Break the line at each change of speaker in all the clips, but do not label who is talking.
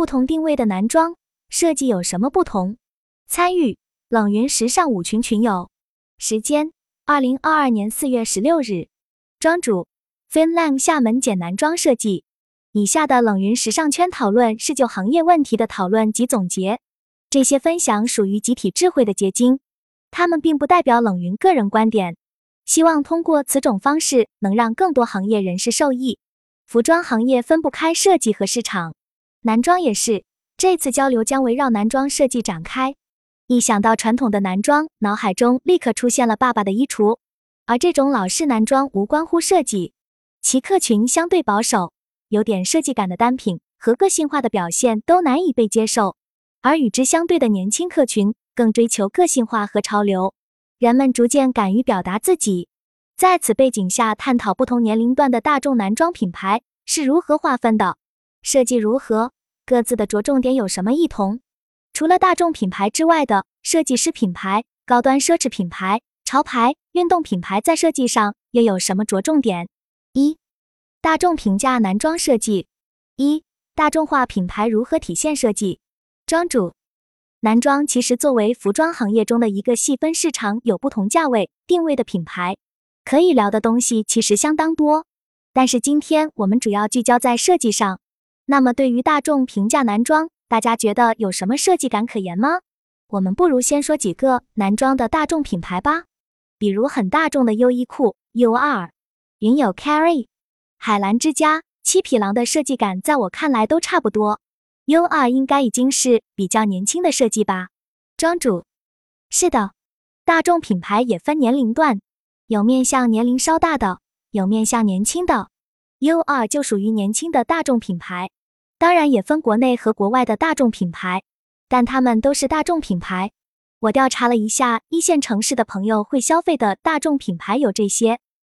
不同定位的男装设计有什么不同？参与冷云时尚舞群群友，时间2022年4月16日，庄主 Finlang 厦门简男装设计。以下的冷云时尚圈讨论是就行业问题的讨论及总结，这些分享属于集体智慧的结晶，它们并不代表冷云个人观点，希望通过此种方式能让更多行业人士受益。服装行业分不开设计和市场，男装也是，这次交流将围绕男装设计展开。一想到传统的男装，脑海中立刻出现了爸爸的衣橱，而这种老式男装无关乎设计，其客群相对保守，有点设计感的单品和个性化的表现都难以被接受，而与之相对的年轻客群更追求个性化和潮流，人们逐渐敢于表达自己。在此背景下，探讨不同年龄段的大众男装品牌是如何划分的，设计如何，各自的着重点有什么异同。除了大众品牌之外的设计师品牌、高端奢侈品牌、潮牌、运动品牌在设计上又有什么着重点？一、大众平价男装设计。一、大众化品牌如何体现设计？庄主，男装其实作为服装行业中的一个细分市场，有不同价位、定位的品牌，可以聊的东西其实相当多，但是今天我们主要聚焦在设计上。那么对于大众平价男装，大家觉得有什么设计感可言吗？我们不如先说几个男装的大众品牌吧，比如很大众的优衣库、UR、云友 Carry、海澜之家、七匹狼的设计感在我看来都差不多。UR 应该已经是比较年轻的设计吧？庄主，是的，大众品牌也分年龄段，有面向年龄稍大的，有面向年轻的。UR 就属于年轻的大众品牌，当然也分国内和国外的大众品牌，但它们都是大众品牌。我调查了一下一线城市的朋友会消费的大众品牌有这些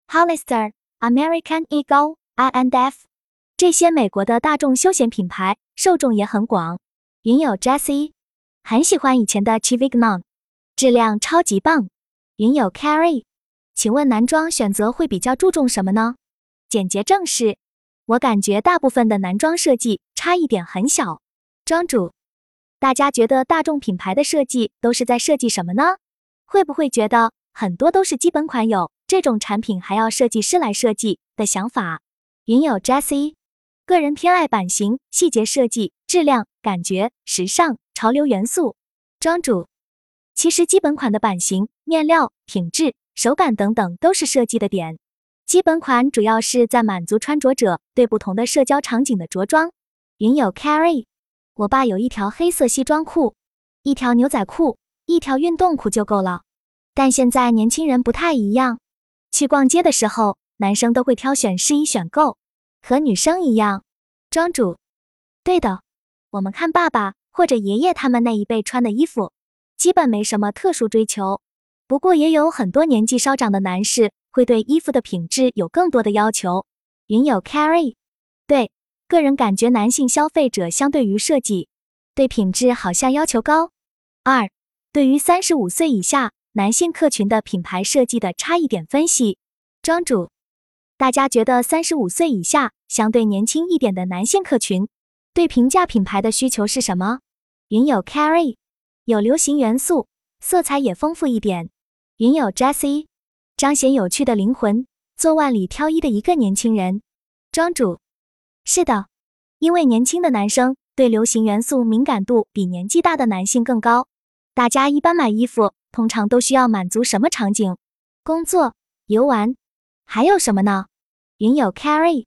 Hollister、American Eagle、I&F， 这些美国的大众休闲品牌受众也很广。云友 Jessie， 很喜欢以前的 Chivignon， 质量超级棒。云友 Carry， 请问男装选择会比较注重什么呢？简洁正式，我感觉大部分的男装设计差异点很小。庄主，大家觉得大众品牌的设计都是在设计什么呢？会不会觉得很多都是基本款，有这种产品还要设计师来设计的想法？云友 Jessie， 个人偏爱版型、细节设计、质量、感觉、时尚、潮流元素。庄主，其实基本款的版型、面料、品质、手感等等都是设计的点。基本款主要是在满足穿着者对不同的社交场景的着装。云友 Carry， 我爸有一条黑色西装裤，一条牛仔裤，一条运动裤就够了。但现在年轻人不太一样，去逛街的时候，男生都会挑选试衣选购，和女生一样。庄主，对的，我们看爸爸或者爷爷他们那一辈穿的衣服，基本没什么特殊追求，不过也有很多年纪稍长的男士会对衣服的品质有更多的要求。云友 Carry， 对，个人感觉男性消费者相对于设计，对品质好像要求高。二、对于35岁以下男性客群的品牌设计的差异点分析。庄主，大家觉得35岁以下相对年轻一点的男性客群对平价品牌的需求是什么？云友 Carry， 有流行元素，色彩也丰富一点。云友 Jessie，彰显有趣的灵魂，做万里挑一的一个年轻人。庄主，是的，因为年轻的男生对流行元素敏感度比年纪大的男性更高。大家一般买衣服通常都需要满足什么场景？工作、游玩，还有什么呢？云友 Carry，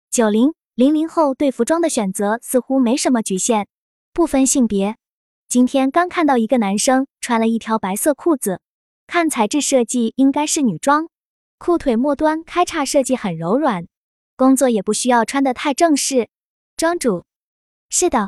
90、00后对服装的选择似乎没什么局限，不分性别。今天刚看到一个男生穿了一条白色裤子，看材质设计应该是女装，裤腿末端开叉设计很柔软，工作也不需要穿得太正式。庄主，是的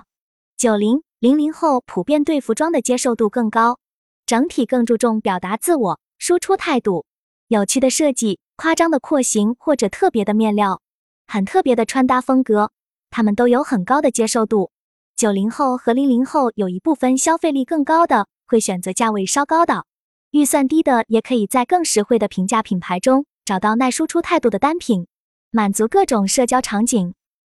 ，90、00后普遍对服装的接受度更高，整体更注重表达自我、输出态度，有趣的设计、夸张的廓形或者特别的面料，很特别的穿搭风格，他们都有很高的接受度。90后和00后有一部分消费力更高的会选择价位稍高的，预算低的也可以在更实惠的平价品牌中找到耐输出态度的单品，满足各种社交场景。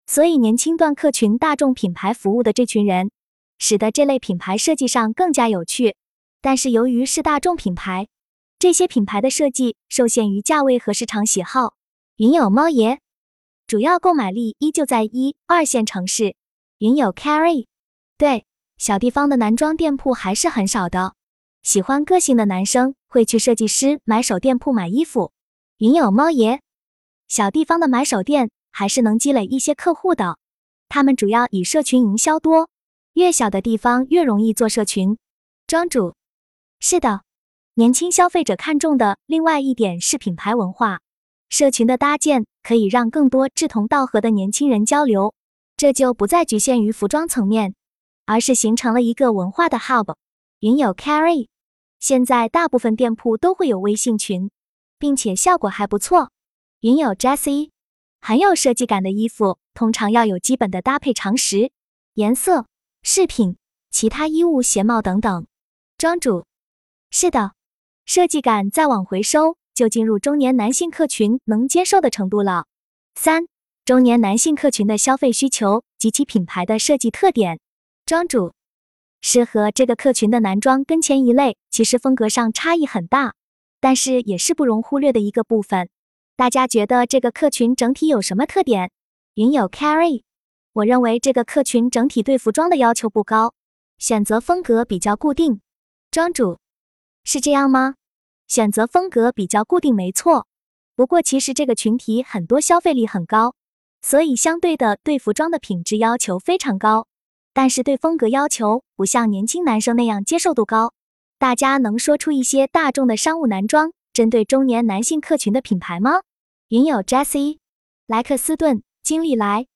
所以年轻段客群大众品牌服务的这群人，使得这类品牌设计上更加有趣。但是由于是大众品牌，这些品牌的设计受限于价位和市场喜好。云友猫爷，主要购买力依旧在1、2线城市。云友 Carry， 对，小地方的男装店铺还是很少的。喜欢个性的男生会去设计师买手店铺买衣服。云友猫爷，小地方的买手店还是能积累一些客户的，他们主要以社群营销多，越小的地方越容易做社群。庄主，是的，年轻消费者看重的另外一点是品牌文化，社群的搭建可以让更多志同道合的年轻人交流，这就不再局限于服装层面，而是形成了一个文化的 hub。云友 Carry， 现在大部分店铺都会有微信群，并且效果还不错。云友 Jessie， 很有设计感的衣服通常要有基本的搭配常识，颜色、饰品、其他衣物、鞋帽等等。庄主，是的，设计感再往回收，就进入中年男性客群能接受的程度了。3、中年男性客群的消费需求及其品牌的设计特点。庄主，适合这个客群的男装跟前一类其实风格上差异很大，但是也是不容忽略的一个部分。大家觉得这个客群整体有什么特点？云友 Carry， 我认为这个客群整体对服装的要求不高，选择风格比较固定。庄主，是这样吗？选择风格比较固定没错，不过其实这个群体很多消费力很高，所以相对的对服装的品质要求非常高，但是对风格要求不像年轻男生那样接受度高。大家能说出一些大众的商务男装针对中年男性客群的品牌吗？云友 Jessie， 莱克斯顿、金利来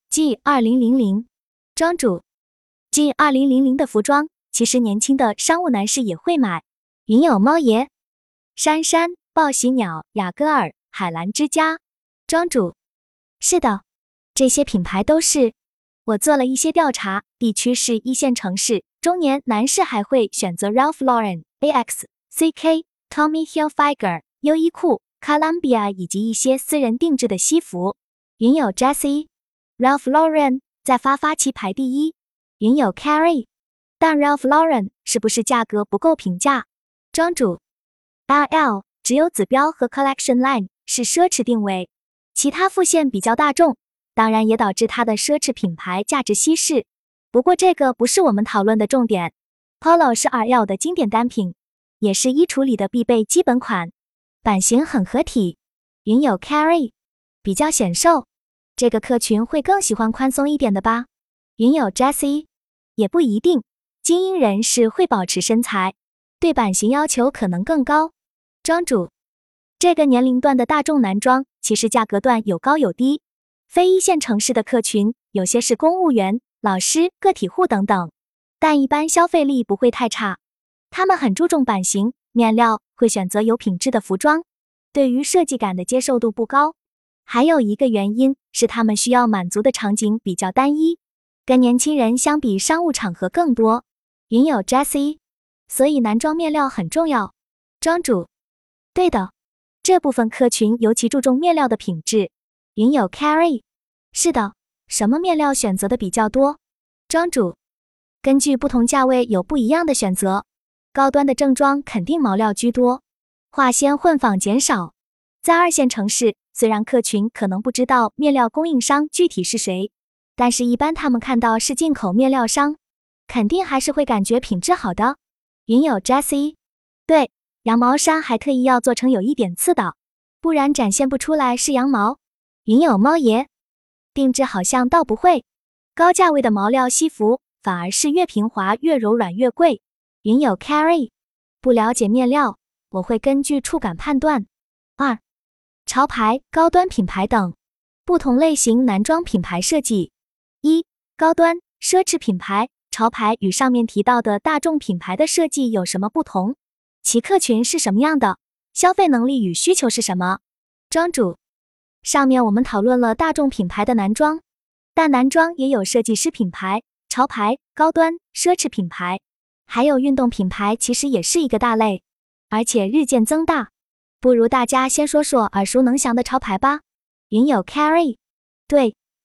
G2000。 庄主， G2000 的服装其实年轻的商务男士也会买。云友猫爷，珊珊、报喜鸟、雅戈尔、海澜之家。庄主，是的，这些品牌都是。我做了一些调查，地区是1线城市，中年男士还会选择 Ralph Lauren、AX、CK、Tommy Hilfiger、优衣库、Columbia 以及一些私人定制的西服。云友 Jessie， Ralph Lauren 在发期排第1。云友 Carry， 但 Ralph Lauren 是不是价格不够平价？庄主， RL 只有子标和 Collection Line 是奢侈定位，其他副线比较大众，当然也导致它的奢侈品牌价值稀释。不过这个不是我们讨论的重点。 Polo 是 RL 的经典单品，也是衣橱里的必备基本款，版型很合体。云友 Carry， 比较显瘦，这个客群会更喜欢宽松一点的吧？云友 Jessie， 也不一定，精英人士会保持身材，对版型要求可能更高。庄主，这个年龄段的大众男装其实价格段有高有低，非1线城市的客群有些是公务员、老师、个体户等等，但一般消费力不会太差。他们很注重版型、面料，会选择有品质的服装，对于设计感的接受度不高。还有一个原因是他们需要满足的场景比较单一，跟年轻人相比商务场合更多。云友 Jessie， 所以男装面料很重要。庄主，对的，这部分客群尤其注重面料的品质。云友 Carry， 是的，什么面料选择的比较多？庄主，根据不同价位有不一样的选择，高端的正装肯定毛料居多，化纤混纺减少。在2线城市，虽然客群可能不知道面料供应商具体是谁，但是一般他们看到是进口面料商，肯定还是会感觉品质好的。云友 Jessie， 对，羊毛衫还特意要做成有一点刺的，不然展现不出来是羊毛。云友猫爷，定制好像倒不会，高价位的毛料西服反而是越平滑越柔软越贵。云友 Carry， 不了解面料，我会根据触感判断。2、潮牌、高端品牌等不同类型男装品牌设计。1、高端、奢侈品牌、潮牌与上面提到的大众品牌的设计有什么不同？其客群是什么样的？消费能力与需求是什么？庄主，上面我们讨论了大众品牌的男装，但男装也有设计师品牌、潮牌、高端、奢侈品牌，还有运动品牌，其实也是一个大类，而且日渐增大。不如大家先说说耳熟能详的潮牌吧。云友 Carry， 对，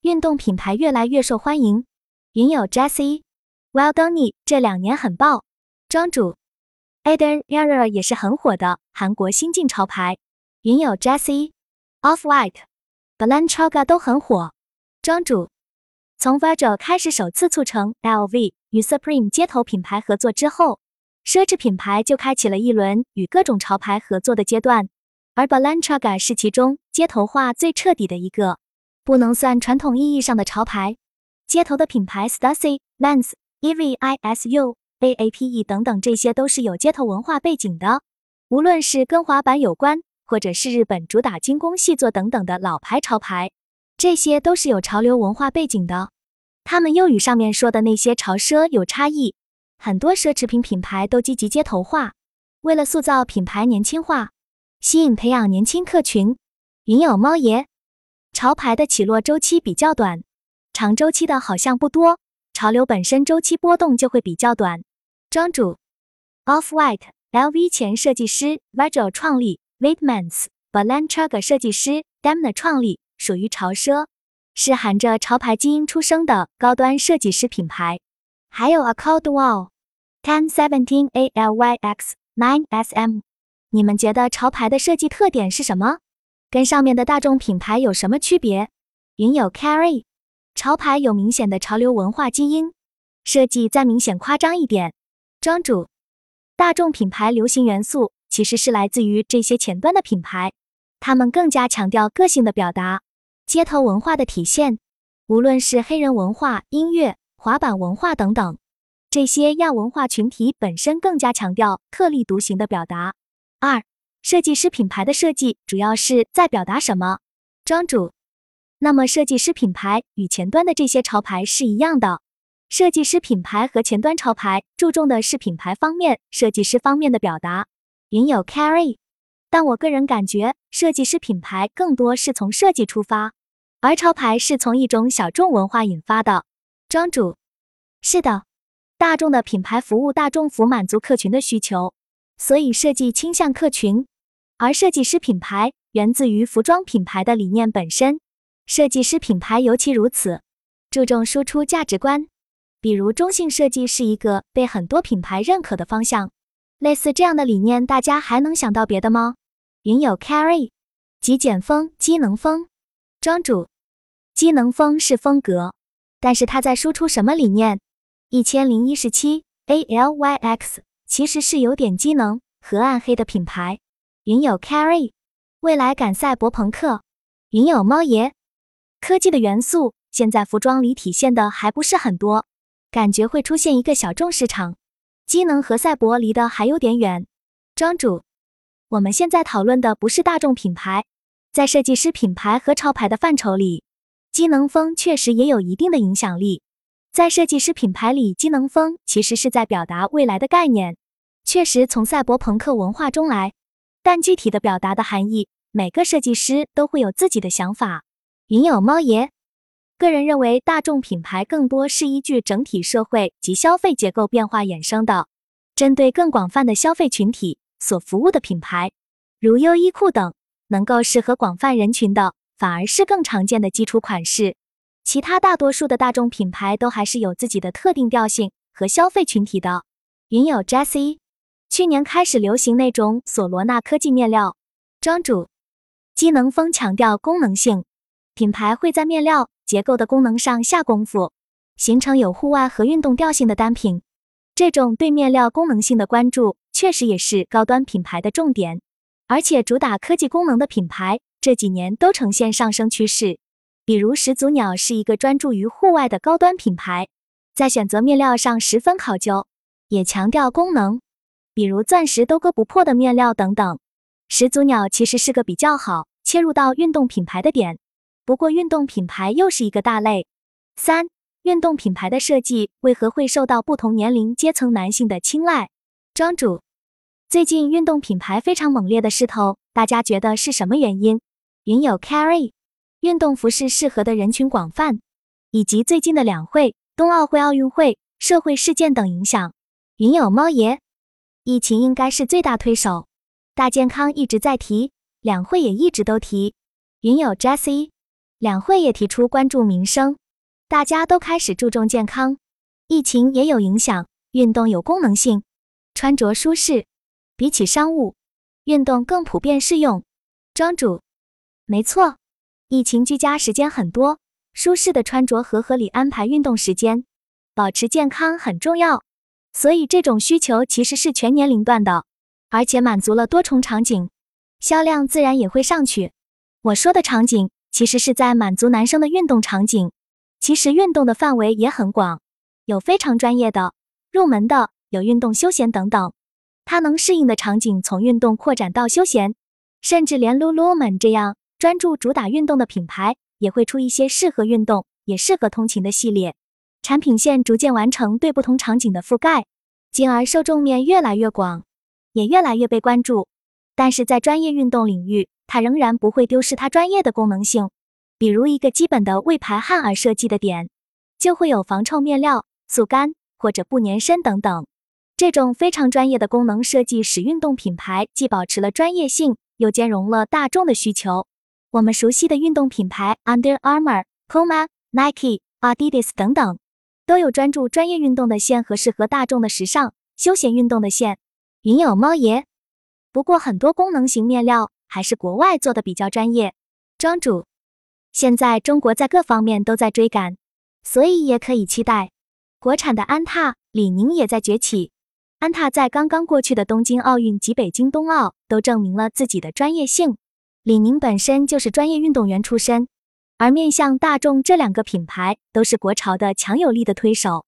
运动品牌越来越受欢迎。云友 Jessie。Well done 你这2年很爆。庄主 Eder Era 也是很火的韩国新晋潮牌。云友 Jessie。Off-White、Balenciaga 都很火。庄主从 Virgil 开始首次促成 LV 与 Supreme 街头品牌合作之后，奢侈品牌就开启了一轮与各种潮牌合作的阶段，而 Balenciaga 是其中街头化最彻底的一个，不能算传统意义上的潮牌。街头的品牌 Stussy、Vans、EVISU、AAPE 等等，这些都是有街头文化背景的，无论是跟滑板有关，或者是日本主打精工细作等等的老牌潮牌，这些都是有潮流文化背景的。他们又与上面说的那些潮奢有差异，很多奢侈品品牌都积极街头化，为了塑造品牌年轻化，吸引培养年轻客群。云友猫爷，潮牌的起落周期比较短，长周期的好像不多，潮流本身周期波动就会比较短。庄主 Off-White、LV 前设计师 Virgil 创立 Weidmans、Balenciaga 设计师 Demna 创立，属于潮奢，是含着潮牌基因出生的高端设计师品牌。还有 Accord Wall、1017ALYX、9SM， 你们觉得潮牌的设计特点是什么？跟上面的大众品牌有什么区别？云友 Carry， 潮牌有明显的潮流文化基因，设计再明显夸张一点。庄主，大众品牌流行元素其实是来自于这些前端的品牌，他们更加强调个性的表达，街头文化的体现，无论是黑人文化、音乐、滑板文化等等，这些亚文化群体本身更加强调特立独行的表达。2. 设计师品牌的设计主要是在表达什么？庄主，那么设计师品牌与前端的这些潮牌是一样的，设计师品牌和前端潮牌注重的是品牌方面、设计师方面的表达。云友 Carry， 但我个人感觉设计师品牌更多是从设计出发，而潮牌是从一种小众文化引发的。庄主，是的，大众的品牌服务大众服满足客群的需求，所以设计倾向客群，而设计师品牌源自于服装品牌的理念本身，设计师品牌尤其如此，注重输出价值观，比如中性设计是一个被很多品牌认可的方向。类似这样的理念，大家还能想到别的吗？云友 Carry， 极简风、机能风。庄主，机能风是风格，但是它在输出什么理念？1017 ALYX 其实是有点机能和暗黑的品牌。云友 Carry， 未来感赛博朋克。云友猫爷，科技的元素现在服装里体现的还不是很多，感觉会出现一个小众市场，机能和赛博离得还有点远。庄主，我们现在讨论的不是大众品牌，在设计师品牌和潮牌的范畴里，机能风确实也有一定的影响力。在设计师品牌里，机能风其实是在表达未来的概念，确实从赛博朋克文化中来，但具体的表达的含义，每个设计师都会有自己的想法。云友猫爷，个人认为大众品牌更多是依据整体社会及消费结构变化衍生的，针对更广泛的消费群体所服务的品牌，如优衣库等，能够适合广泛人群的，反而是更常见的基础款式。其他大多数的大众品牌都还是有自己的特定调性和消费群体的。云友 Jessie， 去年开始流行那种索罗纳科技面料。庄主，机能风强调功能性，品牌会在面料结构的功能上下功夫，形成有户外和运动调性的单品。这种对面料功能性的关注，确实也是高端品牌的重点，而且主打科技功能的品牌这几年都呈现上升趋势。比如始祖鸟是一个专注于户外的高端品牌，在选择面料上十分考究，也强调功能，比如钻石都割不破的面料等等。始祖鸟其实是个比较好切入到运动品牌的点，不过运动品牌又是一个大类。3. 运动品牌的设计为何会受到不同年龄阶层男性的青睐？庄主，最近运动品牌非常猛烈的势头，大家觉得是什么原因？云友 Carry， 运动服饰适合的人群广泛，以及最近的两会、冬奥会、奥运会、社会事件等影响。云友猫爷，疫情应该是最大推手，大健康一直在提，两会也一直都提。云友 Jessie， 两会也提出关注民生，大家都开始注重健康。疫情也有影响，运动有功能性，穿着舒适，比起商务，运动更普遍适用。庄主，没错，疫情居家时间很多，舒适的穿着和合理安排运动时间，保持健康很重要。所以这种需求其实是全年龄段的，而且满足了多重场景，销量自然也会上去。我说的场景其实是在满足男生的运动场景，其实运动的范围也很广，有非常专业的，入门的，有运动休闲等等。它能适应的场景从运动扩展到休闲，甚至连 Lululemon 这样专注主打运动的品牌也会出一些适合运动也适合通勤的系列。产品线逐渐完成对不同场景的覆盖，进而受众面越来越广，也越来越被关注。但是在专业运动领域，它仍然不会丢失它专业的功能性。比如一个基本的为排汗而设计的点，就会有防臭面料、速干或者不粘身等等。这种非常专业的功能设计使运动品牌既保持了专业性，又兼容了大众的需求。我们熟悉的运动品牌 Under Armour、Puma、Nike、Adidas 等等，都有专注专业运动的线和适合大众的时尚、休闲运动的线。云友猫爷，不过很多功能型面料还是国外做的比较专业。庄主，现在中国在各方面都在追赶，所以也可以期待。国产的安踏、李宁也在崛起。安踏在刚刚过去的东京奥运及北京冬奥都证明了自己的专业性，李宁本身就是专业运动员出身，而面向大众这两个品牌都是国潮的强有力的推手。